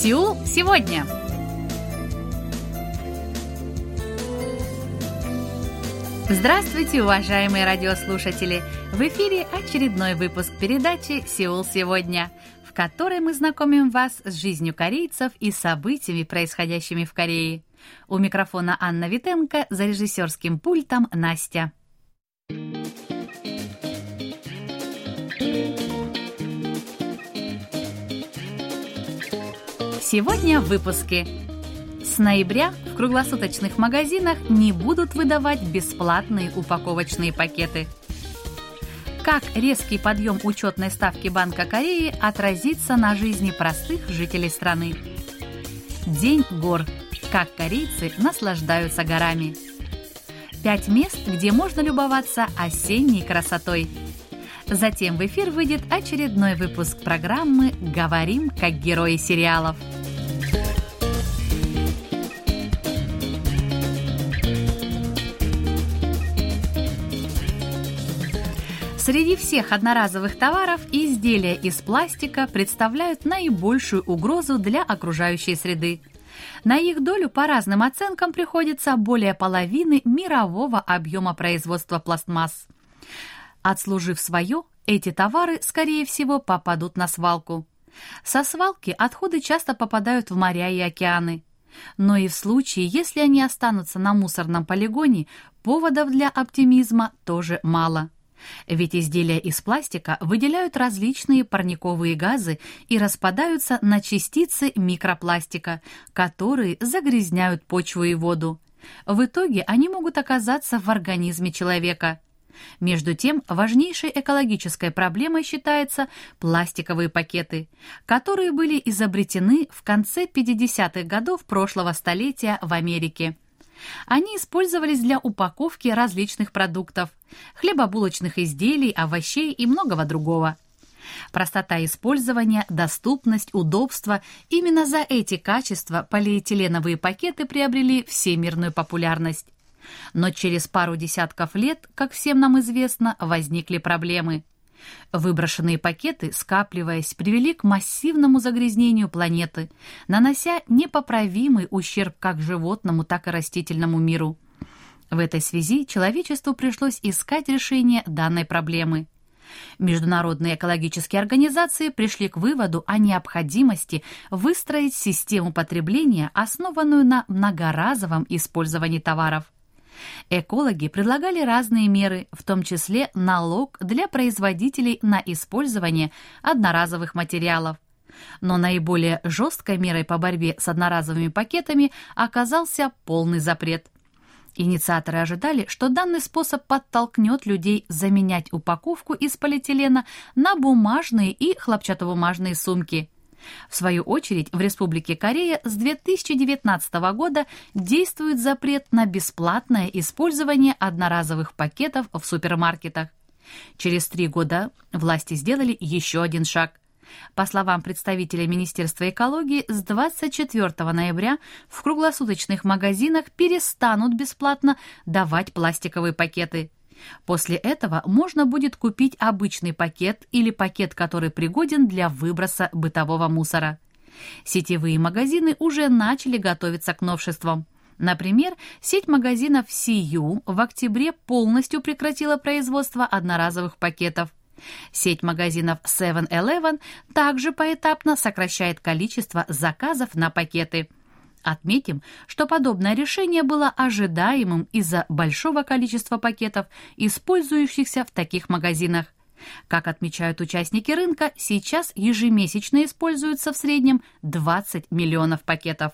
Сеул сегодня. Здравствуйте, уважаемые радиослушатели! В эфире очередной выпуск передачи «Сеул сегодня», в которой мы знакомим вас с жизнью корейцев и событиями, происходящими в Корее. У микрофона Анна Витенко, за режиссерским пультом Настя. Сегодня в выпуске. С ноября в круглосуточных магазинах не будут выдавать бесплатные упаковочные пакеты. Как резкий подъем учетной ставки Банка Кореи отразится на жизни простых жителей страны? День гор. Как корейцы наслаждаются горами. 5 мест, где можно любоваться осенней красотой. Затем в эфир выйдет очередной выпуск программы «Говорим как герои сериалов». Среди всех одноразовых товаров изделия из пластика представляют наибольшую угрозу для окружающей среды. На их долю по разным оценкам приходится более половины мирового объема производства пластмасс. Отслужив свое, эти товары, скорее всего, попадут на свалку. Со свалки отходы часто попадают в моря и океаны. Но и в случае, если они останутся на мусорном полигоне, поводов для оптимизма тоже мало. Ведь изделия из пластика выделяют различные парниковые газы и распадаются на частицы микропластика, которые загрязняют почву и воду. В итоге они могут оказаться в организме человека. Между тем, важнейшей экологической проблемой считаются пластиковые пакеты, которые были изобретены в конце 50-х годов прошлого столетия в Америке. Они использовались для упаковки различных продуктов – хлебобулочных изделий, овощей и многого другого. Простота использования, доступность, удобство – именно за эти качества полиэтиленовые пакеты приобрели всемирную популярность. Но через пару десятков лет, как всем нам известно, возникли проблемы. Выброшенные пакеты, скапливаясь, привели к массивному загрязнению планеты, нанося непоправимый ущерб как животному, так и растительному миру. В этой связи человечеству пришлось искать решение данной проблемы. Международные экологические организации пришли к выводу о необходимости выстроить систему потребления, основанную на многоразовом использовании товаров. Экологи предлагали разные меры, в том числе налог для производителей на использование одноразовых материалов. Но наиболее жесткой мерой по борьбе с одноразовыми пакетами оказался полный запрет. Инициаторы ожидали, что данный способ подтолкнет людей заменять упаковку из полиэтилена на бумажные и хлопчатобумажные сумки. В свою очередь, в Республике Корея с 2019 года действует запрет на бесплатное использование одноразовых пакетов в супермаркетах. Через 3 года власти сделали еще один шаг. По словам представителя Министерства экологии, с 24 ноября в круглосуточных магазинах перестанут бесплатно давать пластиковые пакеты. После этого можно будет купить обычный пакет или пакет, который пригоден для выброса бытового мусора. Сетевые магазины уже начали готовиться к новшествам. Например, сеть магазинов CU в октябре полностью прекратила производство одноразовых пакетов. Сеть магазинов 7-Eleven также поэтапно сокращает количество заказов на пакеты. Отметим, что подобное решение было ожидаемым из-за большого количества пакетов, использующихся в таких магазинах. Как отмечают участники рынка, сейчас ежемесячно используется в среднем 20 миллионов пакетов.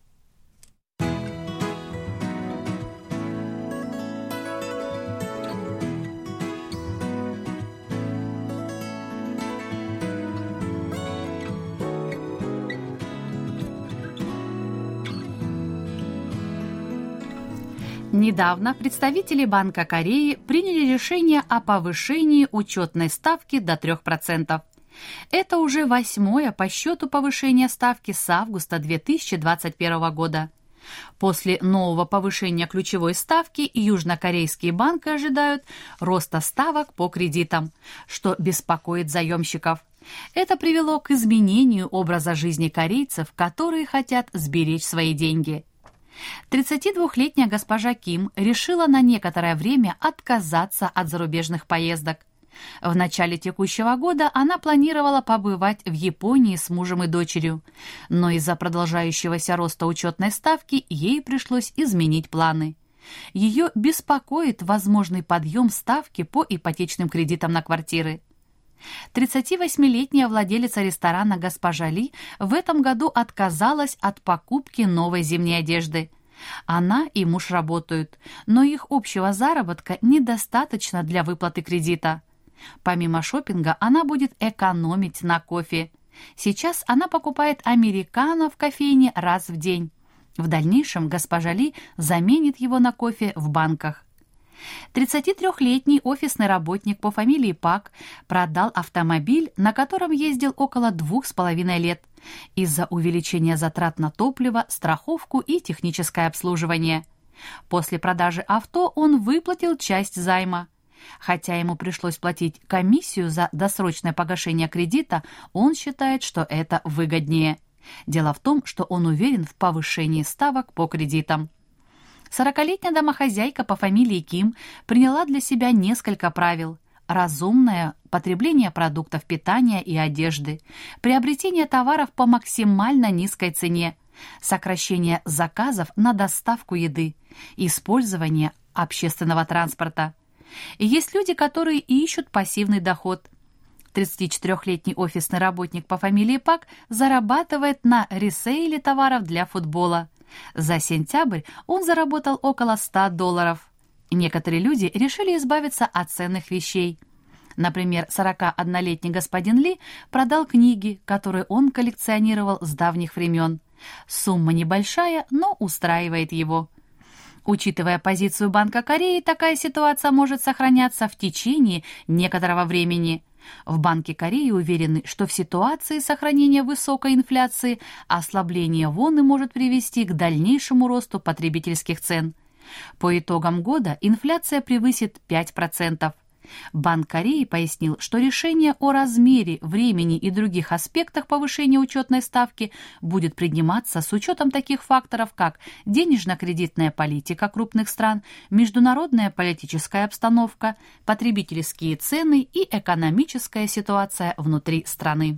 Недавно представители Банка Кореи приняли решение о повышении учетной ставки до 3%. Это уже 8-е по счету повышение ставки с августа 2021 года. После нового повышения ключевой ставки южнокорейские банки ожидают роста ставок по кредитам, что беспокоит заемщиков. Это привело к изменению образа жизни корейцев, которые хотят сберечь свои деньги. 32-летняя госпожа Ким решила на некоторое время отказаться от зарубежных поездок. В начале текущего года она планировала побывать в Японии с мужем и дочерью, но из-за продолжающегося роста учетной ставки ей пришлось изменить планы. Ее беспокоит возможный подъем ставки по ипотечным кредитам на квартиры. 38-летняя владелица ресторана госпожа Ли в этом году отказалась от покупки новой зимней одежды. Она и муж работают, но их общего заработка недостаточно для выплаты кредита. Помимо шопинга, она будет экономить на кофе. Сейчас она покупает американо в кофейне раз в день. В дальнейшем госпожа Ли заменит его на кофе в банках. 33-летний офисный работник по фамилии Пак продал автомобиль, на котором ездил около 2,5 лет, из-за увеличения затрат на топливо, страховку и техническое обслуживание. После продажи авто он выплатил часть займа. Хотя ему пришлось платить комиссию за досрочное погашение кредита, он считает, что это выгоднее. Дело в том, что он уверен в повышении ставок по кредитам. 40-летняя домохозяйка по фамилии Ким приняла для себя несколько правил: разумное потребление продуктов питания и одежды, приобретение товаров по максимально низкой цене, сокращение заказов на доставку еды, использование общественного транспорта. И есть люди, которые ищут пассивный доход. 34-летний офисный работник по фамилии Пак зарабатывает на ресейле товаров для футбола. За сентябрь он заработал около $100. Некоторые люди решили избавиться от ценных вещей. Например, 41-летний господин Ли продал книги, которые он коллекционировал с давних времен. Сумма небольшая, но устраивает его. Учитывая позицию Банка Кореи, такая ситуация может сохраняться в течение некоторого времени. В Банке Кореи уверены, что в ситуации сохранения высокой инфляции ослабление воны может привести к дальнейшему росту потребительских цен. По итогам года инфляция превысит 5%. Банк Кореи пояснил, что решение о размере, времени и других аспектах повышения учетной ставки будет приниматься с учетом таких факторов, как денежно-кредитная политика крупных стран, международная политическая обстановка, потребительские цены и экономическая ситуация внутри страны.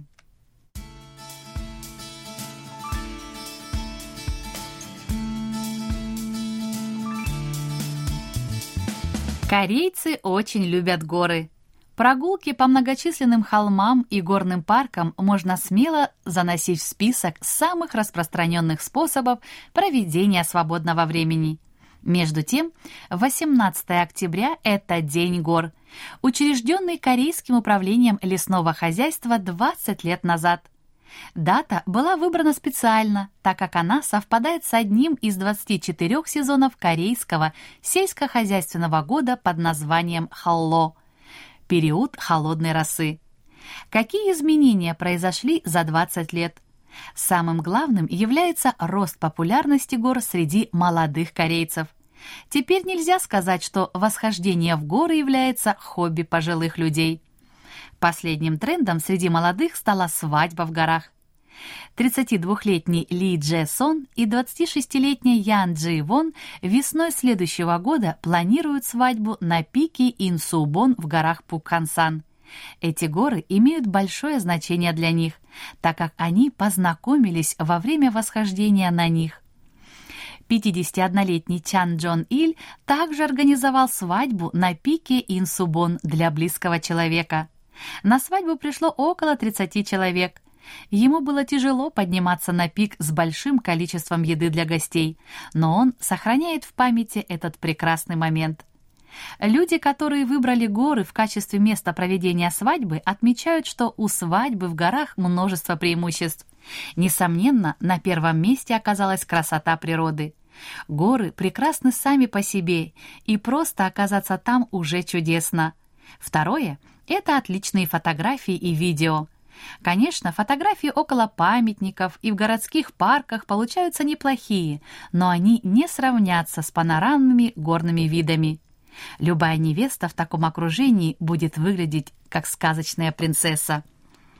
Корейцы очень любят горы. Прогулки по многочисленным холмам и горным паркам можно смело заносить в список самых распространенных способов проведения свободного времени. Между тем, 18 октября – это День гор, учрежденный Корейским управлением лесного хозяйства 20 лет назад. Дата была выбрана специально, так как она совпадает с одним из 24 сезонов корейского сельскохозяйственного года под названием Халло – период холодной росы. Какие изменения произошли за 20 лет? Самым главным является рост популярности гор среди молодых корейцев. Теперь нельзя сказать, что восхождение в горы является хобби пожилых людей. Последним трендом среди молодых стала свадьба в горах. 32-летний Ли Дже Сон и 26-летняя Ян Джи Вон весной следующего года планируют свадьбу на пике Инсубон в горах Пукхансан. Эти горы имеют большое значение для них, так как они познакомились во время восхождения на них. 51-летний Чан Джон Иль также организовал свадьбу на пике Инсубон для близкого человека. На свадьбу пришло около 30 человек. Ему было тяжело подниматься на пик с большим количеством еды для гостей, но он сохраняет в памяти этот прекрасный момент. Люди, которые выбрали горы в качестве места проведения свадьбы, отмечают, что у свадьбы в горах множество преимуществ. Несомненно, на первом месте оказалась красота природы. Горы прекрасны сами по себе, и просто оказаться там уже чудесно. Второе – это отличные фотографии и видео. Конечно, фотографии около памятников и в городских парках получаются неплохие, но они не сравнятся с панорамными горными видами. Любая невеста в таком окружении будет выглядеть как сказочная принцесса.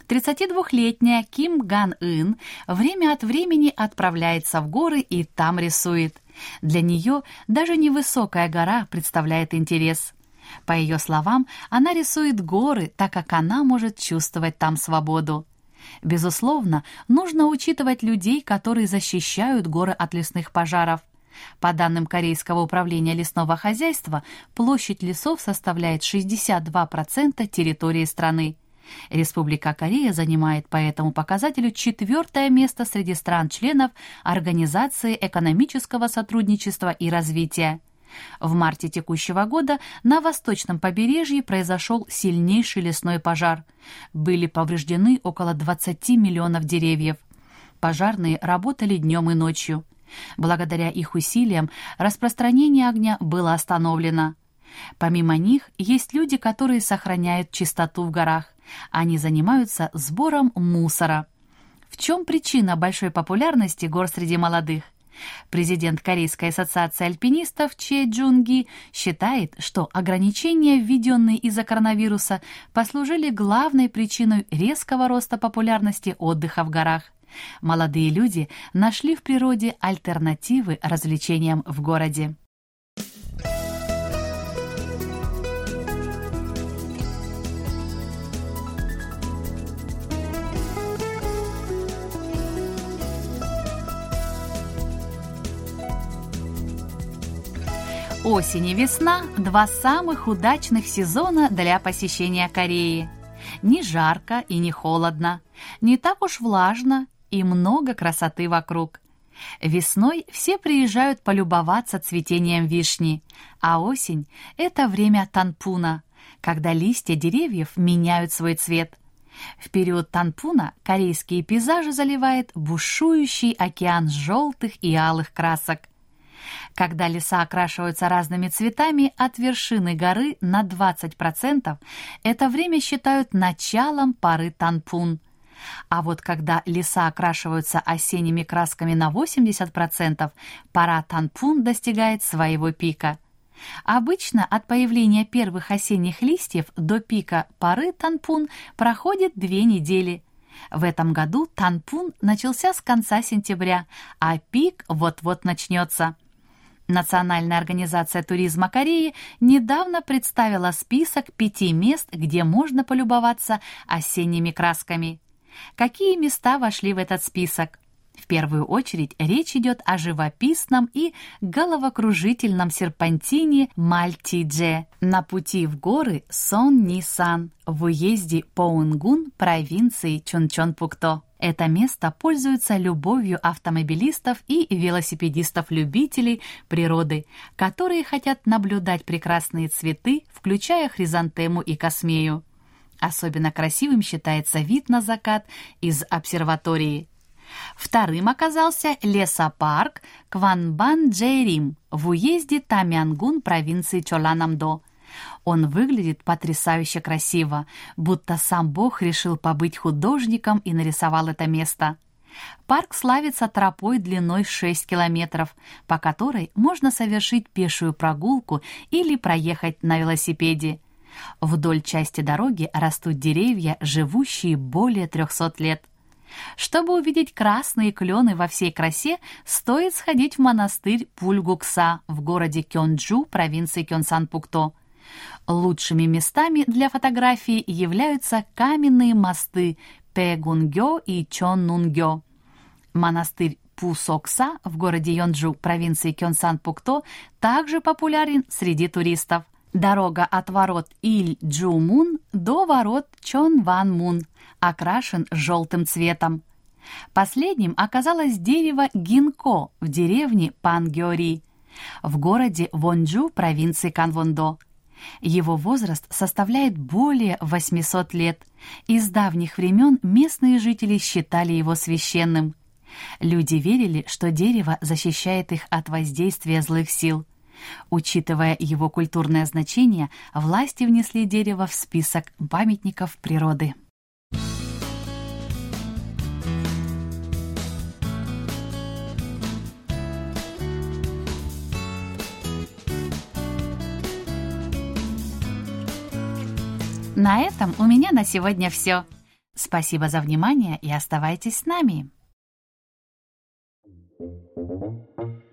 32-летняя Ким Ган Ын время от времени отправляется в горы и там рисует. Для нее даже невысокая гора представляет интерес. По ее словам, она рисует горы, так как она может чувствовать там свободу. Безусловно, нужно учитывать людей, которые защищают горы от лесных пожаров. По данным Корейского управления лесного хозяйства, площадь лесов составляет 62% территории страны. Республика Корея занимает по этому показателю 4-е место среди стран-членов Организации экономического сотрудничества и развития. В марте текущего года на восточном побережье произошел сильнейший лесной пожар. Были повреждены около 20 миллионов деревьев. Пожарные работали днем и ночью. Благодаря их усилиям распространение огня было остановлено. Помимо них, есть люди, которые сохраняют чистоту в горах. Они занимаются сбором мусора. В чем причина большой популярности гор среди молодых? Президент Корейской ассоциации альпинистов Че Джун-ги считает, что ограничения, введенные из-за коронавируса, послужили главной причиной резкого роста популярности отдыха в горах. Молодые люди нашли в природе альтернативы развлечениям в городе. Осень и весна – 2 самых удачных сезона для посещения Кореи. Не жарко и не холодно, не так уж влажно и много красоты вокруг. Весной все приезжают полюбоваться цветением вишни, а осень – это время танпуна, когда листья деревьев меняют свой цвет. В период танпуна корейские пейзажи заливает бушующий океан желтых и алых красок. Когда леса окрашиваются разными цветами от вершины горы на 20%, это время считают началом поры танпун. А вот когда леса окрашиваются осенними красками на 80%, пора танпун достигает своего пика. Обычно от появления первых осенних листьев до пика поры танпун проходит 2 недели. В этом году танпун начался с конца сентября, а пик вот-вот начнется. Национальная организация туризма Кореи недавно представила список 5 мест, где можно полюбоваться осенними красками. Какие места вошли в этот список? В первую очередь речь идет о живописном и головокружительном серпантине Мальтидже на пути в горы Сон-Ни-Сан в уезде Поунгун провинции Чунчон-Пукто. Это место пользуется любовью автомобилистов и велосипедистов-любителей природы, которые хотят наблюдать прекрасные цветы, включая хризантему и космею. Особенно красивым считается вид на закат из обсерватории. Вторым оказался лесопарк Кванбан-Джерим в уезде Тамянгун провинции Чоланамдо. Он выглядит потрясающе красиво, будто сам Бог решил побыть художником и нарисовал это место. Парк славится тропой длиной 6 километров, по которой можно совершить пешую прогулку или проехать на велосипеде. Вдоль части дороги растут деревья, живущие более 300 лет. Чтобы увидеть красные клены во всей красе, стоит сходить в монастырь Пульгукса в городе Кёнджу, провинции Кёнсан-Пукто. Лучшими местами для фотографий являются каменные мосты Пэгунгё и Чоннунгё. Монастырь Пусокса в городе Йонджу, провинции Кёнсан-Пукто, также популярен среди туристов. Дорога от ворот Иль-Джумун до ворот Чонван-Мун окрашен желтым цветом. Последним оказалось дерево гинко в деревне Пангёри в городе Вонджу, провинции Канвондо. Его возраст составляет более 800 лет, и с давних времен местные жители считали его священным. Люди верили, что дерево защищает их от воздействия злых сил. Учитывая его культурное значение, власти внесли дерево в список памятников природы. На этом у меня на сегодня все. Спасибо за внимание и оставайтесь с нами.